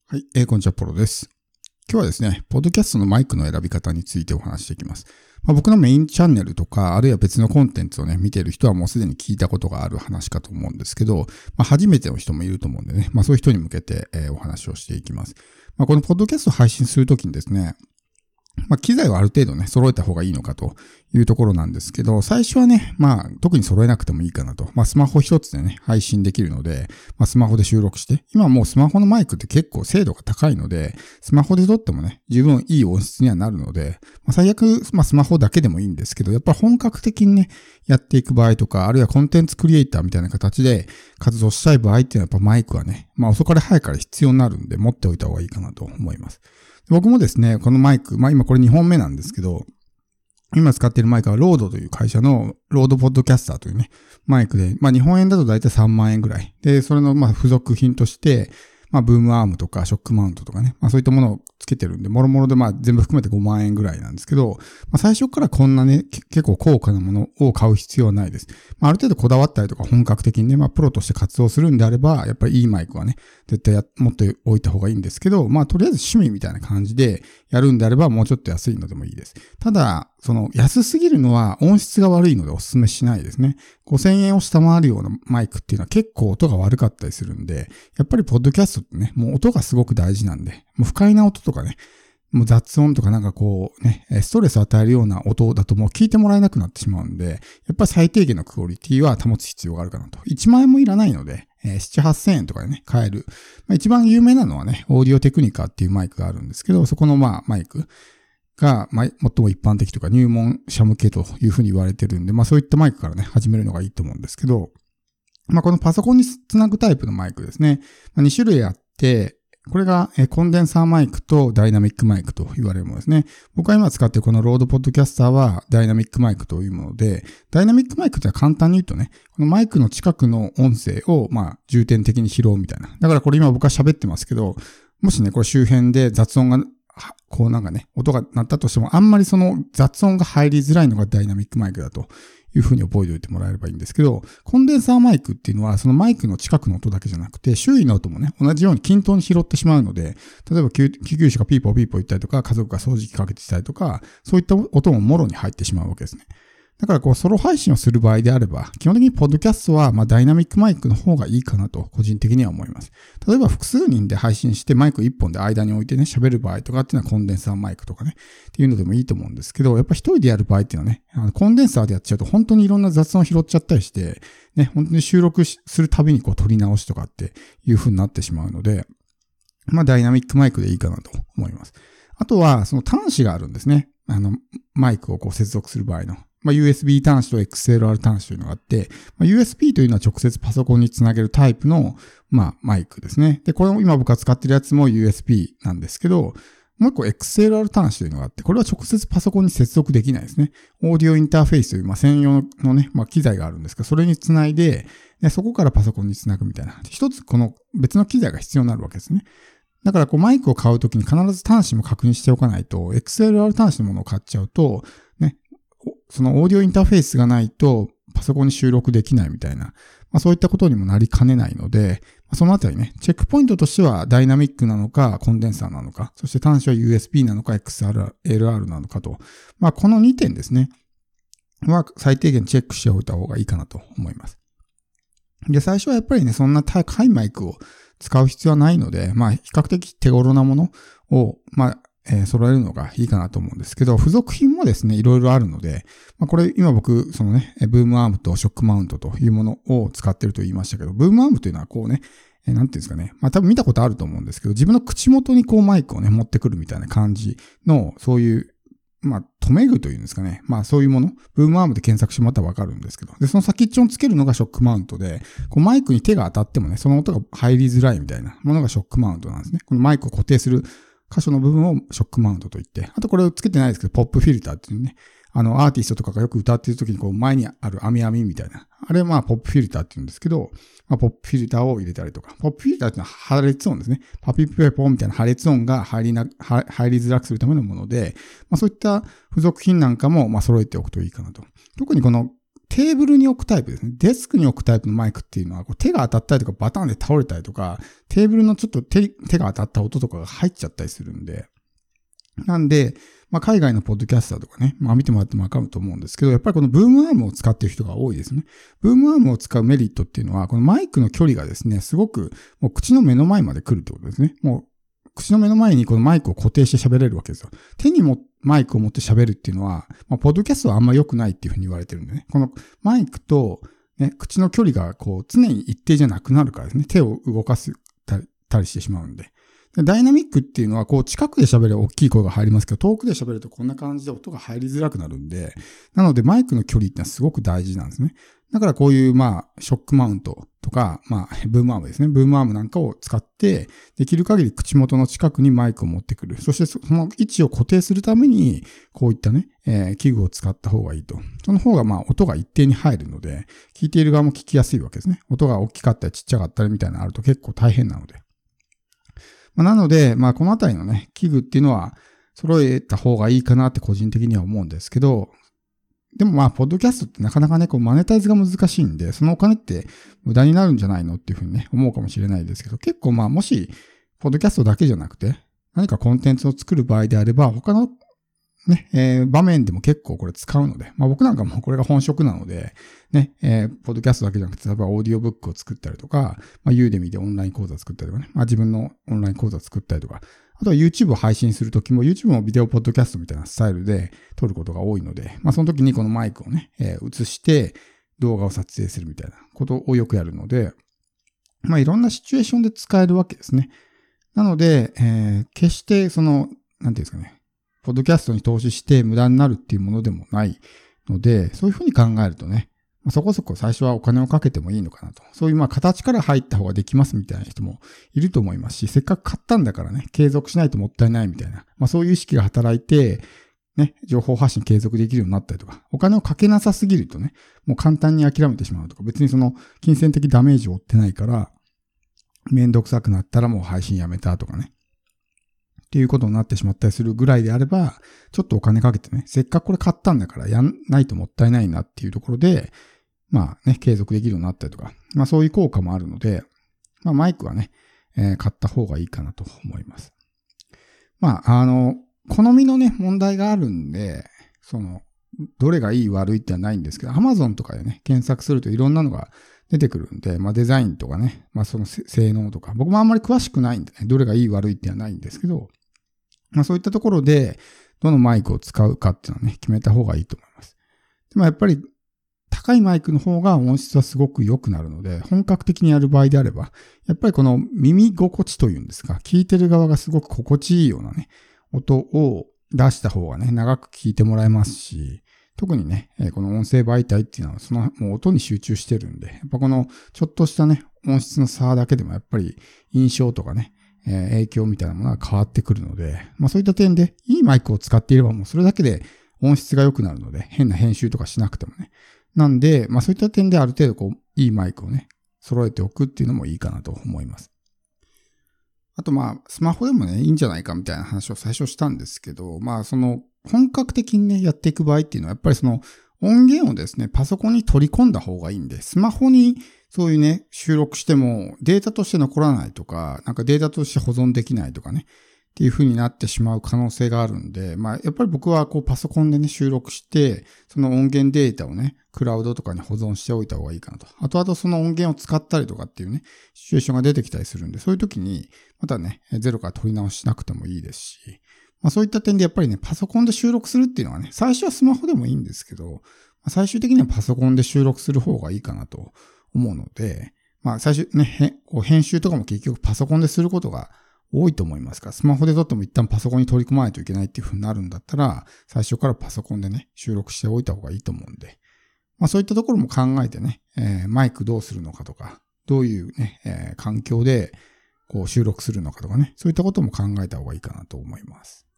はい、こんにちは、ポロです。今日はですね、ポッドキャストのマイクの選び方についてお話していきます。僕のメインチャンネルとか、あるいは別のコンテンツをね、見ている人はもうすでに聞いたことがある話かと思うんですけど、初めての人もいると思うんでね、そういう人に向けて、お話をしていきます。このポッドキャストを配信するときにですね、機材をある程度ね、揃えた方がいいのかというところなんですけど、最初はね、特に揃えなくてもいいかなと。スマホ一つでね、配信できるので、スマホで収録して、今もうスマホのマイクって結構精度が高いので、スマホで撮ってもね、十分いい音質にはなるので、最悪、スマホだけでもいいんですけど、やっぱり本格的にね、やっていく場合とか、あるいはコンテンツクリエイターみたいな形で活動したい場合っていうのはやっぱマイクはね、遅かれ早かれ必要になるんで、持っておいた方がいいかなと思います。僕もですね、このマイク、今これ2本目なんですけど、今使っているマイクはロードという会社のロードポッドキャスターというね、マイクで、日本円だとだいたい3万円ぐらい。で、それの付属品として、ブームアームとかショックマウントとかね、そういったものをつけてるんで、もろもろで全部含めて5万円ぐらいなんですけど、最初からこんなね、結構高価なものを買う必要はないです。ある程度こだわったりとか本格的にね、プロとして活動するんであれば、やっぱりいいマイクはね、絶対持っておいた方がいいんですけど、とりあえず趣味みたいな感じでやるんであれば、もうちょっと安いのでもいいです。ただ、安すぎるのは音質が悪いのでお勧めしないですね。5000円を下回るようなマイクっていうのは結構音が悪かったりするんで、やっぱりポッドキャストってね、もう音がすごく大事なんで、もう不快な音とかね、もう雑音とかストレスを与えるような音だともう聞いてもらえなくなってしまうんで、やっぱり最低限のクオリティは保つ必要があるかなと。1万円もいらないので、7、8000円とかでね、買える。一番有名なのはね、オーディオテクニカっていうマイクがあるんですけど、そこのマイクが、最も一般的とか入門者向けというふうに言われてるんで、そういったマイクからね、始めるのがいいと思うんですけど、このパソコンにつなぐタイプのマイクですね。2種類あって、これがコンデンサーマイクとダイナミックマイクと言われるものですね。僕が今使っているこのロードポッドキャスターはダイナミックマイクというもので、ダイナミックマイクって簡単に言うとね、このマイクの近くの音声を重点的に拾うみたいな。だからこれ今僕は喋ってますけど、もしね、これ周辺で雑音が音が鳴ったとしても、あんまりその雑音が入りづらいのがダイナミックマイクだというふうに覚えておいてもらえればいいんですけど、コンデンサーマイクっていうのは、そのマイクの近くの音だけじゃなくて、周囲の音もね、同じように均等に拾ってしまうので、例えば救急車がピーポーピーポー言ったりとか、家族が掃除機かけてたりとか、そういった音ももろに入ってしまうわけですね。だからソロ配信をする場合であれば、基本的にポッドキャストはダイナミックマイクの方がいいかなと個人的には思います。例えば複数人で配信してマイク1本で間に置いてね、喋る場合とかっていうのはコンデンサーマイクとかね、っていうのでもいいと思うんですけど、やっぱ一人でやる場合っていうのはね、コンデンサーでやっちゃうと本当にいろんな雑音拾っちゃったりして、ね、本当に収録するたびに取り直しとかっていう風になってしまうので、ダイナミックマイクでいいかなと思います。あとは、その端子があるんですね。マイクを接続する場合の。USB 端子と XLR 端子というのがあって、USB というのは直接パソコンにつなげるタイプの、マイクですね。で、これも今僕が使ってるやつも USB なんですけど、もう一個 XLR 端子というのがあって、これは直接パソコンに接続できないですね。オーディオインターフェースという、専用のね、機材があるんですが、それにつないで、そこからパソコンにつなぐみたいな。一つこの別の機材が必要になるわけですね。だからマイクを買うときに必ず端子も確認しておかないと、XLR 端子のものを買っちゃうと、ね、そのオーディオインターフェースがないとパソコンに収録できないみたいな、そういったことにもなりかねないので、そのあたりね、チェックポイントとしてはダイナミックなのかコンデンサーなのか、そして端子は USB なのか XLR なのかと、この2点ですね、は最低限チェックしておいた方がいいかなと思います。で、最初はやっぱりね、そんな高いマイクを使う必要はないので、比較的手頃なものを、揃えるのがいいかなと思うんですけど、付属品もですね、いろいろあるので、これ今僕、ブームアームとショックマウントというものを使ってると言いましたけど、ブームアームというのはなんていうんですかね、多分見たことあると思うんですけど、自分の口元にマイクをね、持ってくるみたいな感じの、そういう、留め具というんですかね。そういうもの。ブームアームで検索してもらったらわかるんですけど。で、その先っちょにつけるのがショックマウントで、マイクに手が当たってもね、その音が入りづらいみたいなものがショックマウントなんですね。このマイクを固定する箇所の部分をショックマウントと言って、あとこれをつけてないですけど、ポップフィルターっていうね、アーティストとかがよく歌っている時に前にある網みたいな。あれはポップフィルターって言うんですけど、ポップフィルターを入れたりとか。ポップフィルターっていうのは破裂音ですね。パピプペポみたいな破裂音が入りづらくするためのもので、そういった付属品なんかも揃えておくといいかなと。特にこのテーブルに置くタイプですね。デスクに置くタイプのマイクっていうのは、手が当たったりとかバタンで倒れたりとか、テーブルのちょっと手が当たった音とかが入っちゃったりするんで。なんで、海外のポッドキャスターとかね、見てもらってもわかると思うんですけど、やっぱりこのブームアームを使っている人が多いですね。ブームアームを使うメリットっていうのは、このマイクの距離がですね、すごくもう口の目の前まで来るってことですね。もう口の目の前にこのマイクを固定して喋れるわけですよ。手にもマイクを持って喋るっていうのは、ポッドキャストはあんま良くないっていうふうに言われてるんでね。このマイクと、ね、口の距離が常に一定じゃなくなるからですね。手を動かしたりしてしまうんで。ダイナミックっていうのは、近くで喋れば大きい声が入りますけど、遠くで喋るとこんな感じで音が入りづらくなるんで、なのでマイクの距離ってのはすごく大事なんですね。だからこういう、ショックマウントとか、ブームアームですね。ブームアームなんかを使って、できる限り口元の近くにマイクを持ってくる。そしてその位置を固定するために、こういったね、器具を使った方がいいと。その方が音が一定に入るので、聞いている側も聞きやすいわけですね。音が大きかったりちっちゃかったりみたいなのあると結構大変なので。なので、このあたりのね、器具っていうのは揃えた方がいいかなって個人的には思うんですけど、でもポッドキャストってなかなかね、マネタイズが難しいんで、そのお金って無駄になるんじゃないのっていうふうにね、思うかもしれないですけど、結構もし、ポッドキャストだけじゃなくて、何かコンテンツを作る場合であれば、他のね、場面でも結構これ使うので、僕なんかもこれが本職なので、ね、ポッドキャストだけじゃなくて、例えばオーディオブックを作ったりとか、ユーデミでオンライン講座作ったりとかね、自分のオンライン講座作ったりとか、あとは YouTube を配信するときも YouTube もビデオポッドキャストみたいなスタイルで撮ることが多いので、その時にこのマイクをね、映して動画を撮影するみたいなことをよくやるので、いろんなシチュエーションで使えるわけですね。なので、決してなんていうんですかね、ポッドキャストに投資して無駄になるっていうものでもないので、そういうふうに考えるとね、そこそこ最初はお金をかけてもいいのかなと。そういう形から入った方ができますみたいな人もいると思いますし、せっかく買ったんだからね、継続しないともったいないみたいな。そういう意識が働いて、ね、情報発信継続できるようになったりとか、お金をかけなさすぎるとね、もう簡単に諦めてしまうとか、別に金銭的ダメージを負ってないから、めんどくさくなったらもう配信やめたとかね。っていうことになってしまったりするぐらいであれば、ちょっとお金かけてね、せっかくこれ買ったんだからやんないともったいないなっていうところで、継続できるようになったりとか、そういう効果もあるので、マイクはね、買った方がいいかなと思います。好みのね、問題があるんで、どれがいい悪いってはないんですけど、Amazon とかでね、検索するといろんなのが出てくるんで、デザインとかね、その性能とか、僕もあんまり詳しくないんでね、どれがいい悪いってはないんですけど、そういったところで、どのマイクを使うかっていうのはね、決めた方がいいと思います。でもやっぱり、高いマイクの方が音質はすごく良くなるので、本格的にやる場合であれば、やっぱりこの耳心地というんですか、聞いてる側がすごく心地いいようなね、音を出した方がね、長く聞いてもらえますし、特にね、この音声媒体っていうのはもう音に集中してるんで、やっぱこのちょっとしたね、音質の差だけでもやっぱり印象とかね、影響みたいなものが変わってくるので、そういった点でいいマイクを使っていればもうそれだけで音質が良くなるので、変な編集とかしなくてもね。なんで、そういった点である程度いいマイクをね、揃えておくっていうのもいいかなと思います。あとスマホでもね、いいんじゃないかみたいな話を最初したんですけど、本格的にね、やっていく場合っていうのは、やっぱり音源をですね、パソコンに取り込んだ方がいいんで、スマホにそういうね、収録してもデータとして残らないとか、なんかデータとして保存できないとかね、っていう風になってしまう可能性があるんで、やっぱり僕はパソコンでね、収録して、その音源データをね、クラウドとかに保存しておいた方がいいかなと。あとその音源を使ったりとかっていうね、シチュエーションが出てきたりするんで、そういう時に、またね、ゼロから取り直しなくてもいいですし、そういった点でやっぱりね、パソコンで収録するっていうのはね、最初はスマホでもいいんですけど、最終的にはパソコンで収録する方がいいかなと思うので、最初ね、編集とかも結局パソコンですることが多いと思いますから、スマホで撮っても一旦パソコンに取り込まないといけないっていう風になるんだったら、最初からパソコンでね、収録しておいた方がいいと思うんで、そういったところも考えてね、マイクどうするのかとか、どういうね、環境で収録するのかとかね、そういったことも考えた方がいいかなと思います。